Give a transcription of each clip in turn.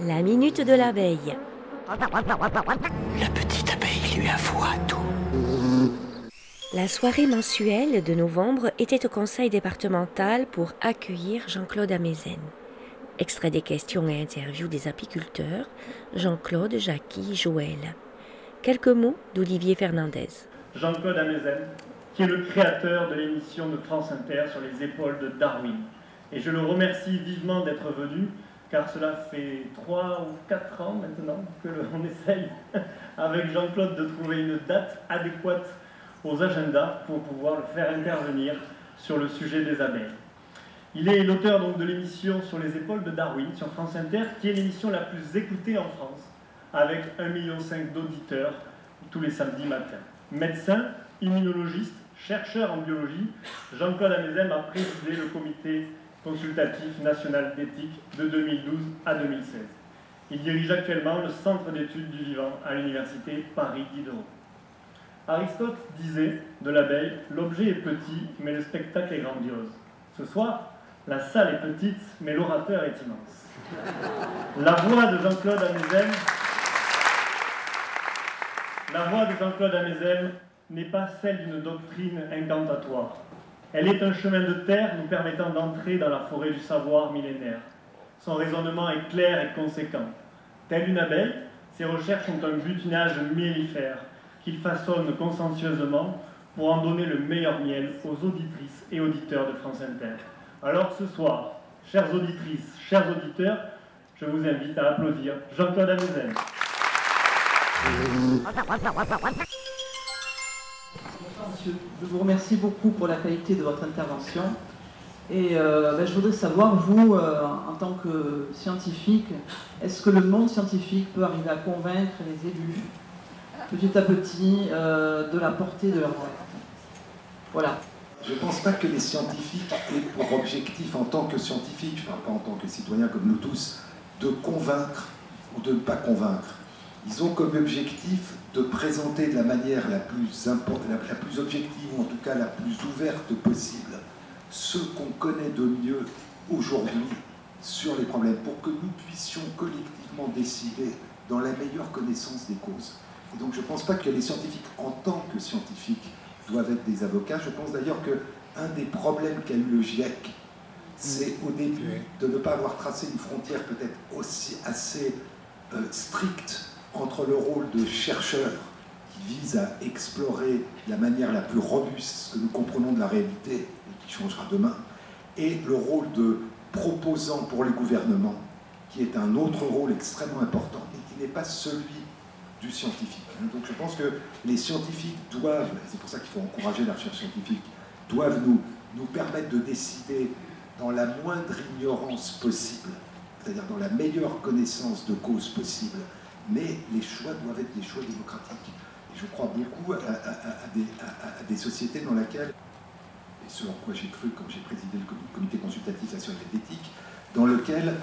La minute de l'abeille. La petite abeille lui avoua tout. La soirée mensuelle de novembre était au conseil départemental pour accueillir Jean-Claude Amezen. Extrait des questions et interviews des apiculteurs, Jean-Claude, Jackie, Joël. Quelques mots d'Olivier Fernandez. Jean-Claude Amezen, qui est le créateur de l'émission de France Inter sur les épaules de Darwin. Et je le remercie vivement d'être venu, car cela fait 3 ou 4 ans maintenant que l'on essaye avec Jean-Claude de trouver une date adéquate aux agendas pour pouvoir le faire intervenir sur le sujet des abeilles. Il est l'auteur donc de l'émission sur les épaules de Darwin sur France Inter, qui est l'émission la plus écoutée en France, avec 1,5 million d'auditeurs tous les samedis matins. Médecin, immunologiste, chercheur en biologie, Jean-Claude Amezen a présidé le comité consultatif national d'éthique de 2012 à 2016. Il dirige actuellement le Centre d'études du vivant à l'université Paris-Diderot. Aristote disait de l'abeille, l'objet est petit, mais le spectacle est grandiose. Ce soir, la salle est petite, mais l'orateur est immense. La voix de Jean-Claude Amezen n'est pas celle d'une doctrine incantatoire. Elle est un chemin de terre nous permettant d'entrer dans la forêt du savoir millénaire. Son raisonnement est clair et conséquent. Telle une abeille, ses recherches ont un butinage mellifère qu'il façonne consciencieusement pour en donner le meilleur miel aux auditrices et auditeurs de France Inter. Alors ce soir, chères auditrices, chers auditeurs, je vous invite à applaudir Jean-Claude Amezen. Monsieur, je vous remercie beaucoup pour la qualité de votre intervention. Et je voudrais savoir, vous, en tant que scientifique, est-ce que le monde scientifique peut arriver à convaincre les élus, petit à petit, de la portée de leur acte? Voilà. Je ne pense pas que les scientifiques aient pour objectif, en tant que scientifiques, je ne parle pas en tant que citoyens comme nous tous, de convaincre ou de ne pas convaincre. Ils ont comme objectif de présenter de la manière la plus objective, ou en tout cas la plus ouverte possible, ce qu'on connaît de mieux aujourd'hui sur les problèmes, pour que nous puissions collectivement décider dans la meilleure connaissance des causes. Et donc je ne pense pas que les scientifiques, en tant que scientifiques, doivent être des avocats. Je pense d'ailleurs qu'un des problèmes qu'a eu le GIEC, c'est au début de ne pas avoir tracé une frontière peut-être aussi assez stricte entre le rôle de chercheur qui vise à explorer la manière la plus robuste que nous comprenons de la réalité et qui changera demain, et le rôle de proposant pour les gouvernements, qui est un autre rôle extrêmement important et qui n'est pas celui du scientifique. Donc je pense que les scientifiques doivent, c'est pour ça qu'il faut encourager la recherche scientifique, doivent nous permettre de décider dans la moindre ignorance possible, c'est-à-dire dans la meilleure connaissance de cause possible, mais les choix doivent être des choix démocratiques. Et je crois beaucoup à des sociétés dans lesquelles, et ce en quoi j'ai cru quand j'ai présidé le comité consultatif national d'éthique, dans lequel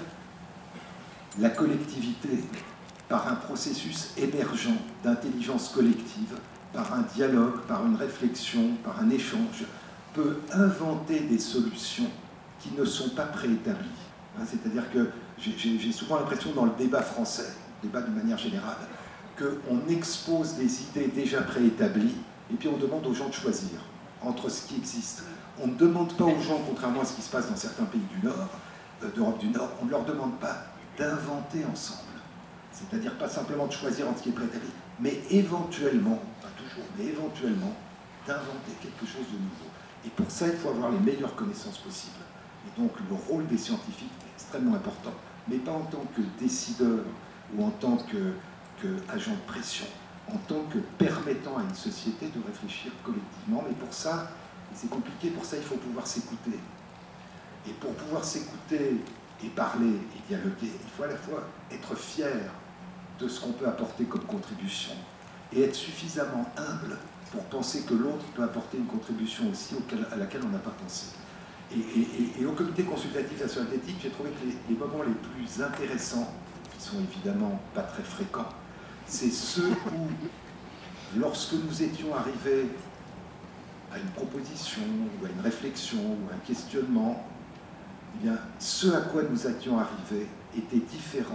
la collectivité, par un processus émergent d'intelligence collective, par un dialogue, par une réflexion, par un échange, peut inventer des solutions qui ne sont pas préétablies. C'est-à-dire que j'ai souvent l'impression dans le débat français, débat de manière générale, qu'on expose des idées déjà préétablies et puis on demande aux gens de choisir entre ce qui existe. On ne demande pas aux gens, contrairement à ce qui se passe dans certains pays du Nord, d'Europe du Nord, on ne leur demande pas d'inventer ensemble. C'est-à-dire pas simplement de choisir entre ce qui est préétabli, mais éventuellement, pas toujours, mais éventuellement, d'inventer quelque chose de nouveau. Et pour ça, il faut avoir les meilleures connaissances possibles. Et donc le rôle des scientifiques est extrêmement important, mais pas en tant que décideur ou en tant qu'agent de pression, en tant que permettant à une société de réfléchir collectivement. Mais pour ça, c'est compliqué, pour ça il faut pouvoir s'écouter. Et pour pouvoir s'écouter et parler et dialoguer, il faut à la fois être fier de ce qu'on peut apporter comme contribution et être suffisamment humble pour penser que l'autre peut apporter une contribution aussi à laquelle on n'a pas pensé. Et au comité consultatif national d'éthique, j'ai trouvé que les moments les plus intéressants, qui sont évidemment pas très fréquents, c'est ceux où, lorsque nous étions arrivés à une proposition, ou à une réflexion, ou à un questionnement, eh bien, ce à quoi nous étions arrivés était différent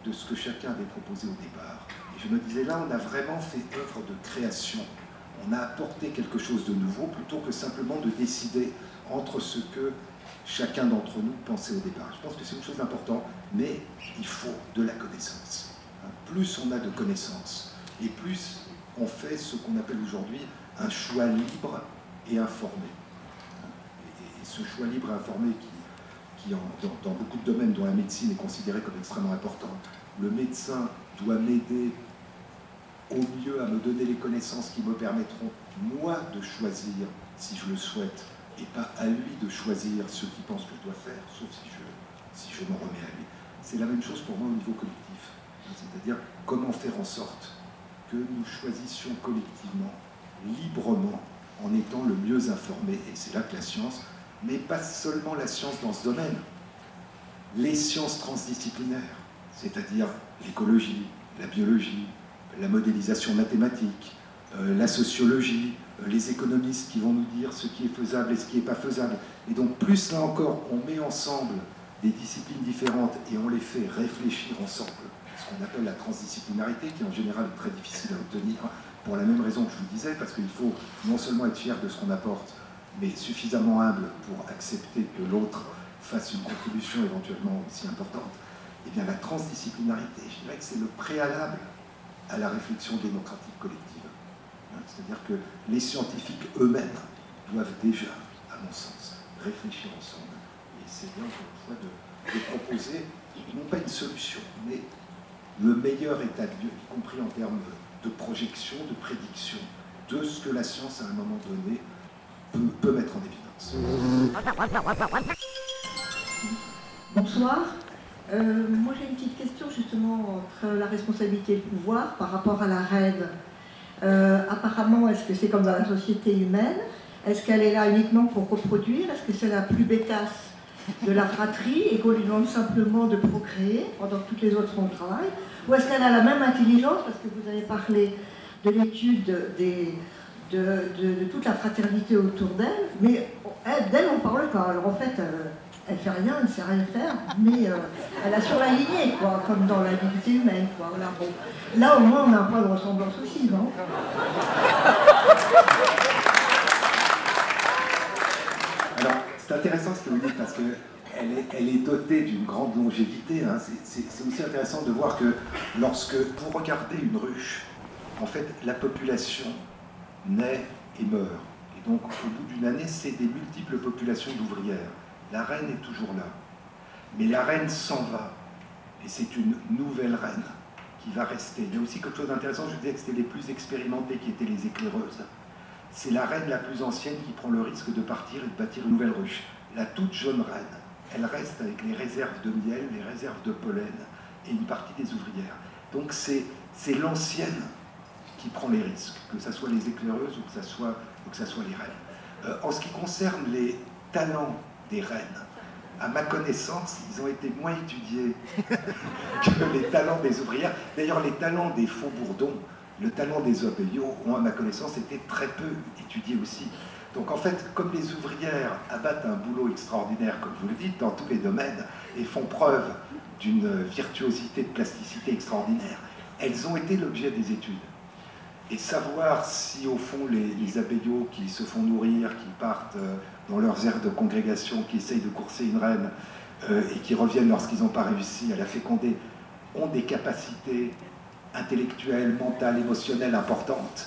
de ce que chacun avait proposé au départ. Et je me disais, là, on a vraiment fait œuvre de création. On a apporté quelque chose de nouveau plutôt que simplement de décider entre ce que chacun d'entre nous pensait au départ. Je pense que c'est une chose d'important, mais il faut de la connaissance. Plus on a de connaissances, et plus on fait ce qu'on appelle aujourd'hui un choix libre et informé. Et ce choix libre et informé qui dans beaucoup de domaines dont la médecine est considérée comme extrêmement important, le médecin doit m'aider au mieux à me donner les connaissances qui me permettront, moi, de choisir, si je le souhaite, et pas à lui de choisir ce qu'il pense que je dois faire, sauf si je me remets à lui. C'est la même chose pour moi au niveau collectif. C'est-à-dire comment faire en sorte que nous choisissions collectivement, librement, en étant le mieux informés. Et c'est là que la science, mais pas seulement la science dans ce domaine, les sciences transdisciplinaires, c'est-à-dire l'écologie, la biologie, la modélisation mathématique, la sociologie, les économistes qui vont nous dire ce qui est faisable et ce qui n'est pas faisable. Et donc plus là encore, on met ensemble des disciplines différentes et on les fait réfléchir ensemble, ce qu'on appelle la transdisciplinarité, qui en général est très difficile à obtenir, pour la même raison que je vous disais, parce qu'il faut non seulement être fier de ce qu'on apporte, mais suffisamment humble pour accepter que l'autre fasse une contribution éventuellement aussi importante. Eh bien la transdisciplinarité, je dirais que c'est le préalable à la réflexion démocratique collective. C'est-à-dire que les scientifiques eux-mêmes doivent déjà, à mon sens, réfléchir ensemble. Et c'est bien, encore une fois, de proposer, non pas une solution, mais le meilleur état de lieu, y compris en termes de projection, de prédiction, de ce que la science, à un moment donné, peut mettre en évidence. Bonsoir. Moi j'ai une petite question justement entre la responsabilité et le pouvoir par rapport à la reine. Apparemment, est-ce que c'est comme dans la société humaine? Est-ce qu'elle est là uniquement pour reproduire? Est-ce que c'est la plus bétasse de la fratrie et qu'on lui demande simplement de procréer pendant que toutes les autres font le travail? Ou est-ce qu'elle a la même intelligence? Parce que vous avez parlé de l'étude de toute la fraternité autour d'elle, mais d'elle on parle pas. Alors en fait, elle fait rien, elle ne sait rien faire, mais elle a sur la lignée, quoi, comme dans la dignité humaine, quoi. Voilà, bon. Là, au moins, on a un point de ressemblance aussi, non? Alors, c'est intéressant ce que vous dites, parce qu'elle est dotée d'une grande longévité. Hein. C'est aussi intéressant de voir que lorsque vous regardez une ruche, en fait, la population naît et meurt. Et donc, au bout d'une année, c'est des multiples populations d'ouvrières. La reine est toujours là. Mais la reine s'en va. Et c'est une nouvelle reine qui va rester. Il y a aussi quelque chose d'intéressant, je disais que c'était les plus expérimentées qui étaient les éclaireuses. C'est la reine la plus ancienne qui prend le risque de partir et de bâtir une nouvelle ruche. La toute jeune reine, elle reste avec les réserves de miel, les réserves de pollen et une partie des ouvrières. Donc c'est l'ancienne qui prend les risques, que ce soit les éclaireuses ou que ce soit les reines. En ce qui concerne les talents des reines, à ma connaissance, ils ont été moins étudiés que les talents des ouvrières. D'ailleurs, les talents des faux-bourdons, le talent des obéiaux, ont, à ma connaissance, été très peu étudiés aussi. Donc en fait, comme les ouvrières abattent un boulot extraordinaire, comme vous le dites, dans tous les domaines, et font preuve d'une virtuosité, de plasticité extraordinaire, elles ont été l'objet des études. Et savoir si, au fond, les abéiaux qui se font nourrir, qui partent dans leurs aires de congrégation, qui essayent de courser une reine, et qui reviennent lorsqu'ils n'ont pas réussi à la féconder, ont des capacités intellectuelles, mentales, émotionnelles importantes,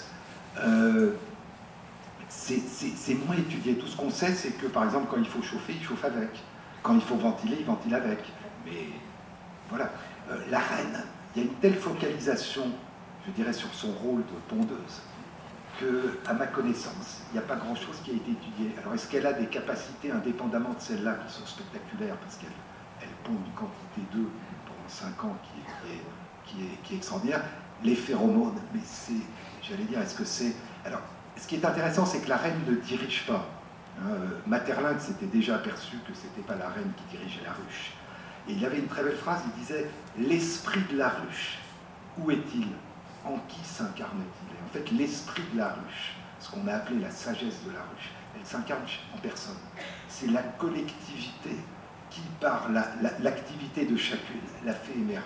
c'est moins étudié. Tout ce qu'on sait, c'est que, par exemple, quand il faut chauffer, il chauffe avec. Quand il faut ventiler, il ventile avec. Mais voilà. La reine, il y a une telle focalisation, je dirais, sur son rôle de pondeuse, que, à ma connaissance, il n'y a pas grand-chose qui a été étudié. Alors, est-ce qu'elle a des capacités, indépendamment de celles-là, qui sont spectaculaires, parce qu'elle pond une quantité d'œufs pendant 5 ans qui est extraordinaire? Les phéromones, mais j'allais dire, est-ce que c'est... Alors, ce qui est intéressant, c'est que la reine ne dirige pas. Maeterlinck s'était déjà aperçu que ce n'était pas la reine qui dirigeait la ruche. Et il y avait une très belle phrase, il disait « L'esprit de la ruche, où est-il? En qui s'incarne-t-il » Et en fait, l'esprit de la ruche, ce qu'on a appelé la sagesse de la ruche, elle s'incarne en personne. C'est la collectivité qui, par l'activité de chacune, la fait émerger.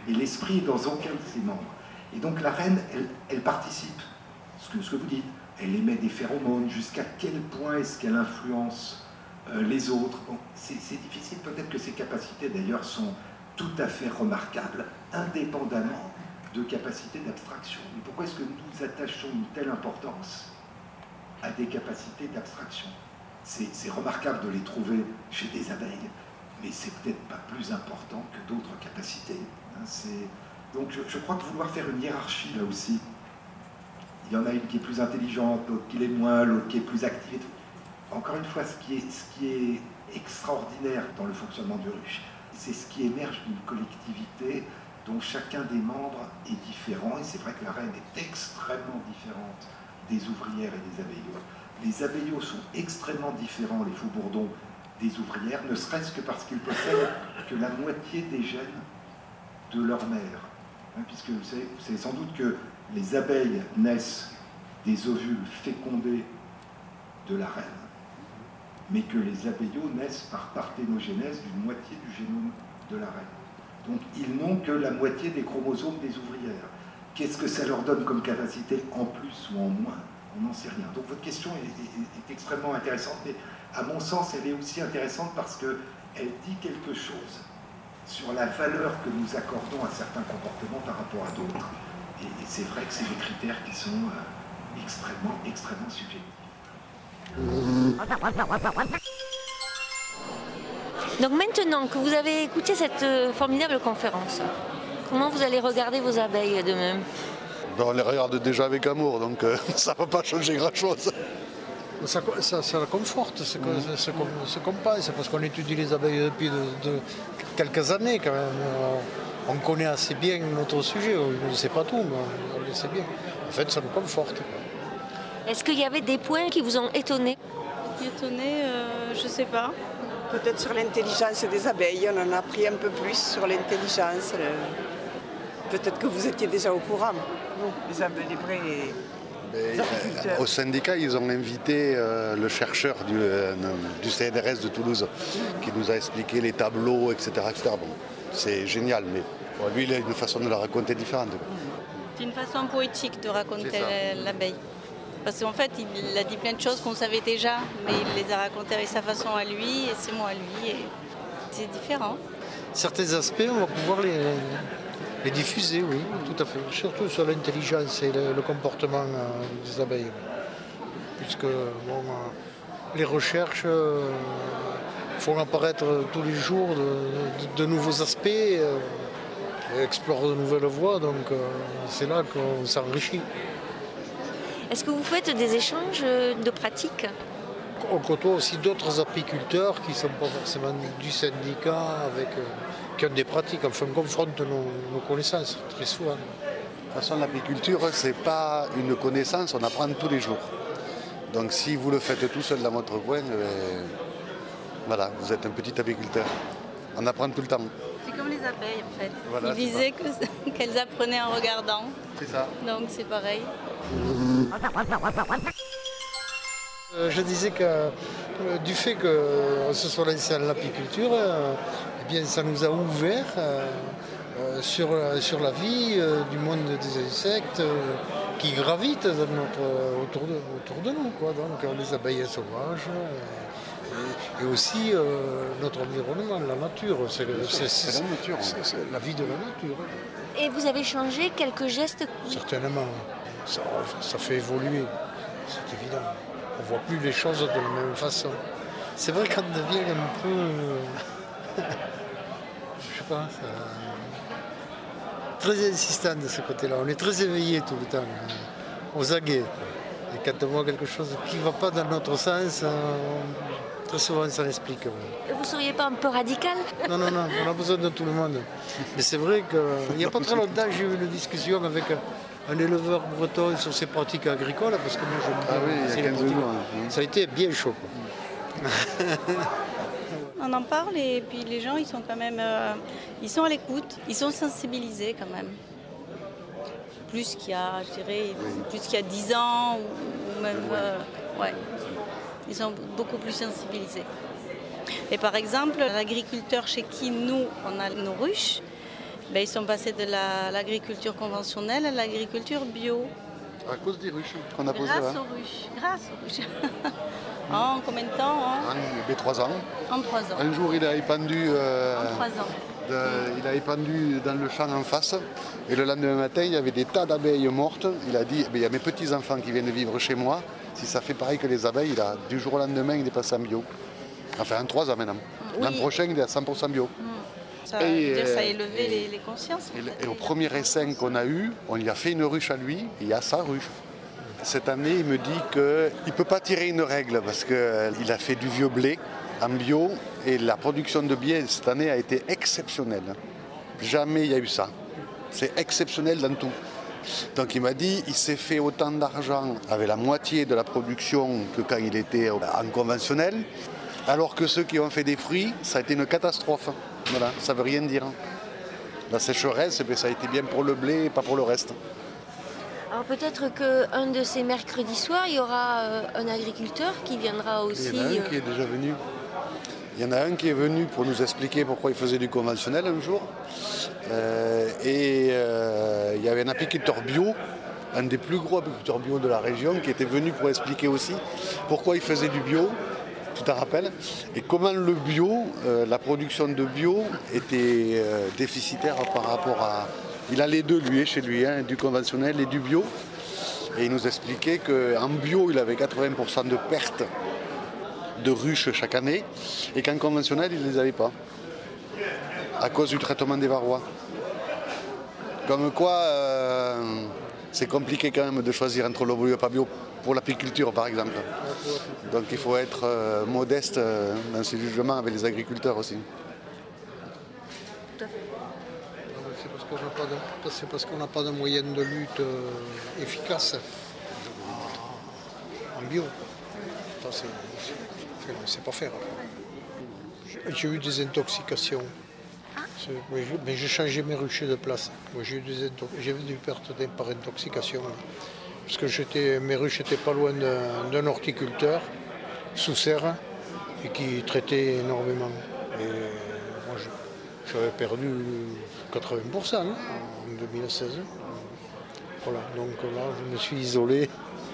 Et l'esprit est dans aucun de ses membres. Et donc la reine, elle participe, ce que vous dites. Elle émet des phéromones. Jusqu'à quel point est-ce qu'elle influence les autres? Bon, c'est difficile. Peut-être que ses capacités, d'ailleurs, sont tout à fait remarquables, indépendamment de capacités d'abstraction. Mais pourquoi est-ce que nous attachons une telle importance à des capacités d'abstraction? C'est remarquable de les trouver chez des abeilles, mais c'est peut-être pas plus important que d'autres capacités. Donc je crois que vouloir faire une hiérarchie là aussi, il y en a une qui est plus intelligente, l'autre qui l'est moins, l'autre qui est plus active. Encore une fois, ce qui est extraordinaire dans le fonctionnement du ruche, c'est ce qui émerge d'une collectivité dont chacun des membres est différent. Et c'est vrai que la reine est extrêmement différente des ouvrières et des abeillots. Les abeillots sont extrêmement différents, les faux-bourdons, des ouvrières, ne serait-ce que parce qu'ils possèdent que la moitié des gènes de leur mère. Puisque vous savez sans doute que les abeilles naissent des ovules fécondés de la reine, mais que les abeillots naissent par parthénogénèse d'une moitié du génome de la reine. Donc ils n'ont que la moitié des chromosomes des ouvrières. Qu'est-ce que ça leur donne comme capacité en plus ou en moins? On n'en sait rien. Donc votre question est extrêmement intéressante, mais à mon sens, elle est aussi intéressante parce qu'elle dit quelque chose sur la valeur que nous accordons à certains comportements par rapport à d'autres. Et c'est vrai que c'est des critères qui sont extrêmement subjectifs. Donc maintenant que vous avez écouté cette formidable conférence, comment vous allez regarder vos abeilles de même? On les regarde déjà avec amour, donc ça ne va pas changer grand-chose. Ça la conforte, ce qu'on pense, parce qu'on étudie les abeilles depuis de quelques années quand même. On connaît assez bien notre sujet, on ne sait pas tout, mais on le sait bien. En fait, ça nous conforte. Est-ce qu'il y avait des points qui vous ont étonné? Étonné, je ne sais pas. Peut-être sur l'intelligence des abeilles, on en a appris un peu plus sur l'intelligence. Peut-être que vous étiez déjà au courant, vous, les vrais apiculteurs. Au syndicat, ils ont invité le chercheur du CNRS de Toulouse qui nous a expliqué les tableaux, etc. Bon, c'est génial, mais lui, il a une façon de la raconter différente. C'est une façon poétique de raconter l'abeille. Parce qu'en fait, il a dit plein de choses qu'on savait déjà, mais il les a racontées avec sa façon à lui, et ses mots à lui, et c'est différent. Certains aspects, on va pouvoir les diffuser, oui, tout à fait. Surtout sur l'intelligence et le comportement des abeilles. Puisque les recherches font apparaître tous les jours de nouveaux aspects, explorent de nouvelles voies, donc c'est là qu'on s'enrichit. Est-ce que vous faites des échanges de pratiques? On côtoie aussi d'autres apiculteurs qui ne sont pas forcément du syndicat, qui ont des pratiques. Enfin, on confronte nos connaissances très souvent. De toute façon, l'apiculture, ce n'est pas une connaissance, on apprend tous les jours. Donc si vous le faites tout seul dans votre coin, voilà, vous êtes un petit apiculteur. On apprend tout le temps. C'est comme les abeilles en fait. Voilà, ils disaient qu'elles apprenaient en regardant. C'est ça. Donc c'est pareil. Je disais que du fait qu'on se soit lancé dans l'apiculture, eh bien, ça nous a ouvert sur la vie du monde des insectes qui gravitent autour de nous, quoi. Donc les abeilles sauvages et aussi notre environnement, la nature. C'est la vie de la nature. Et vous avez changé quelques gestes? Certainement. Ça fait évoluer, c'est évident. On ne voit plus les choses de la même façon. C'est vrai qu'on devient un peu... je sais pas, très insistant de ce côté-là. On est très éveillé tout le temps, aux aguets. Et quand on voit quelque chose qui ne va pas dans notre sens, très souvent ça l'explique. Vous ne seriez pas un peu radical? Non, on a besoin de tout le monde. Mais c'est vrai qu'il n'y a pas très longtemps, j'ai eu une discussion avec un éleveur breton sur ses pratiques agricoles, parce que moi je me dis, ça a été bien chaud. On en parle et puis les gens ils sont quand même ils sont à l'écoute, ils sont sensibilisés quand même. Plus qu'il y a, je dirais, plus qu'il y a 10 ans ou même ouais. Ils sont beaucoup plus sensibilisés. Et par exemple, l'agriculteur chez qui nous on a nos ruches, Ils sont passés de l'agriculture conventionnelle à l'agriculture bio. À cause des ruches qu'on a posées là. Grâce aux ruches. En combien de temps En 3 ans. En 3 ans. Un jour, il a épandu, En 3 ans. il a épandu dans le champ en face. Et le lendemain matin, il y avait des tas d'abeilles mortes. Il a dit, il y a mes petits-enfants qui viennent vivre chez moi. Si ça fait pareil que les abeilles, du jour au lendemain, il est passé en bio. Enfin, en 3 ans maintenant. Oui. L'an prochain, il est à 100% bio. Ça veut dire ça a élevé les consciences. Et au premier essaim qu'on a eu, on lui a fait une ruche à lui, et il y a sa ruche. Cette année, il me dit qu'il ne peut pas tirer une règle parce qu'il a fait du vieux blé en bio et la production de blé cette année a été exceptionnelle. Jamais il y a eu ça. C'est exceptionnel dans tout. Donc il m'a dit qu'il s'est fait autant d'argent avec la moitié de la production que quand il était en conventionnel, alors que ceux qui ont fait des fruits, ça a été une catastrophe. Voilà, ça ne veut rien dire. La sécheresse, ça a été bien pour le blé et pas pour le reste. Alors peut-être qu'un de ces mercredis soirs, il y aura un agriculteur qui viendra aussi. Il y en a un qui est déjà venu. Il y en a un qui est venu pour nous expliquer pourquoi il faisait du conventionnel un jour. Il y avait un apiculteur bio, un des plus gros apiculteurs bio de la région, qui était venu pour expliquer aussi pourquoi il faisait du bio. Tu te rappelles? Et comment le bio, la production de bio était déficitaire par rapport à... Il a les deux, lui, chez lui, du conventionnel et du bio. Et il nous expliquait qu'en bio, il avait 80% de pertes de ruches chaque année, et qu'en conventionnel, il ne les avait pas, à cause du traitement des varrois. Comme quoi, c'est compliqué quand même de choisir entre le bio et pas bio, pour l'apiculture par exemple. Donc il faut être modeste dans ses jugements avec les agriculteurs aussi. Tout à fait. C'est parce qu'on n'a pas de moyens de lutte efficaces en bio. Ça, c'est pas faire. J'ai eu des intoxications. Mais j'ai changé mes ruchers de place. J'ai eu des pertes par intoxication. Parce que mes ruches étaient pas loin d'un horticulteur sous serre et qui traitait énormément. Et moi, j'avais perdu 80% en 2016. Voilà, donc là, je me suis isolé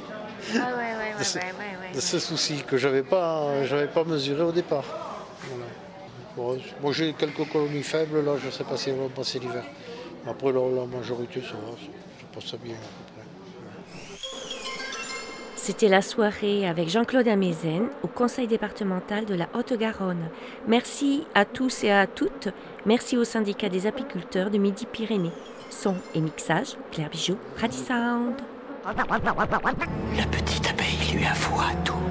de ce souci que j'avais pas mesuré au départ. Voilà. Bon, moi, j'ai quelques colonies faibles, là, je ne sais pas si elles vont passer l'hiver. Après, la majorité, ça va, je passe bien à peu près. C'était la soirée avec Jean-Claude Amezen au conseil départemental de la Haute-Garonne. Merci à tous et à toutes. Merci au syndicat des apiculteurs de Midi-Pyrénées. Son et mixage, Claire Bijoux, Radisound. La petite abeille lui avoua tout.